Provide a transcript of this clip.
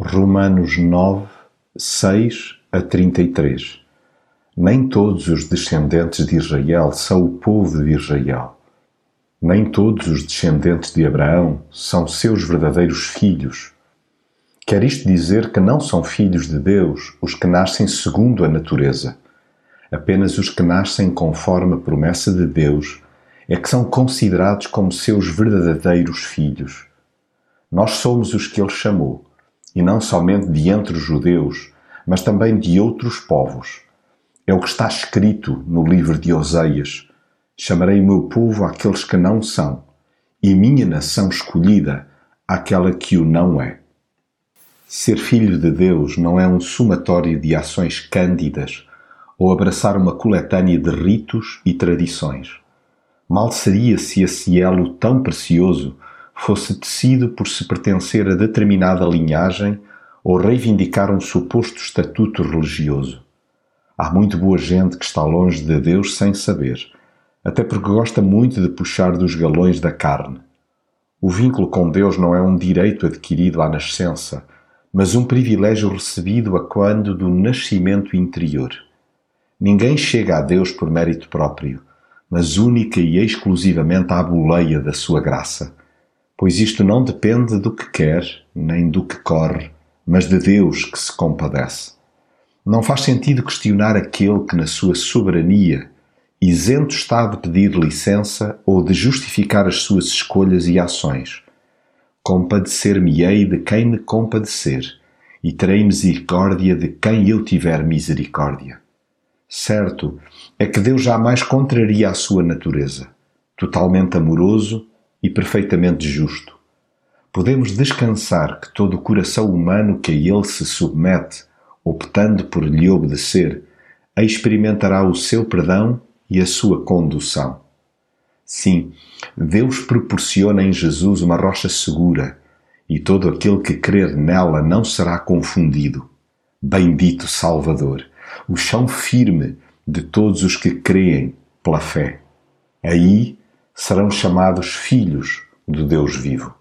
Romanos 9, 6 a 33. Nem todos os descendentes de Israel são o povo de Israel. Nem todos os descendentes de Abraão são seus verdadeiros filhos. Quer isto dizer que não são filhos de Deus os que nascem segundo a natureza. Apenas os que nascem conforme a promessa de Deus é que são considerados como seus verdadeiros filhos. Nós somos os que Ele chamou, e não somente de entre os judeus, mas também de outros povos. É o que está escrito no livro de Oseias: chamarei o meu povo àqueles que não são, e minha nação escolhida àquela que o não é. Ser filho de Deus não é um somatório de ações cândidas ou abraçar uma coletânea de ritos e tradições. Mal seria se esse elo tão precioso fosse tecido por se pertencer a determinada linhagem ou reivindicar um suposto estatuto religioso. Há muito boa gente que está longe de Deus sem saber, até porque gosta muito de puxar dos galões da carne. O vínculo com Deus não é um direito adquirido à nascença, mas um privilégio recebido a quando do nascimento interior. Ninguém chega a Deus por mérito próprio, mas única e exclusivamente à boleia da sua graça. Pois isto não depende do que quer, nem do que corre, mas de Deus que se compadece. Não faz sentido questionar aquele que, na sua soberania, isento está de pedir licença ou de justificar as suas escolhas e ações. Compadecer-me-ei de quem me compadecer, e terei misericórdia de quem eu tiver misericórdia. Certo é que Deus jamais contraria a sua natureza, totalmente amoroso e perfeitamente justo. Podemos descansar que todo o coração humano que a Ele se submete, optando por lhe obedecer, experimentará o seu perdão e a sua condução. Sim, Deus proporciona em Jesus uma rocha segura, e todo aquele que crer nela não será confundido. Bendito Salvador, o chão firme de todos os que creem pela fé. Aí serão chamados filhos do Deus vivo.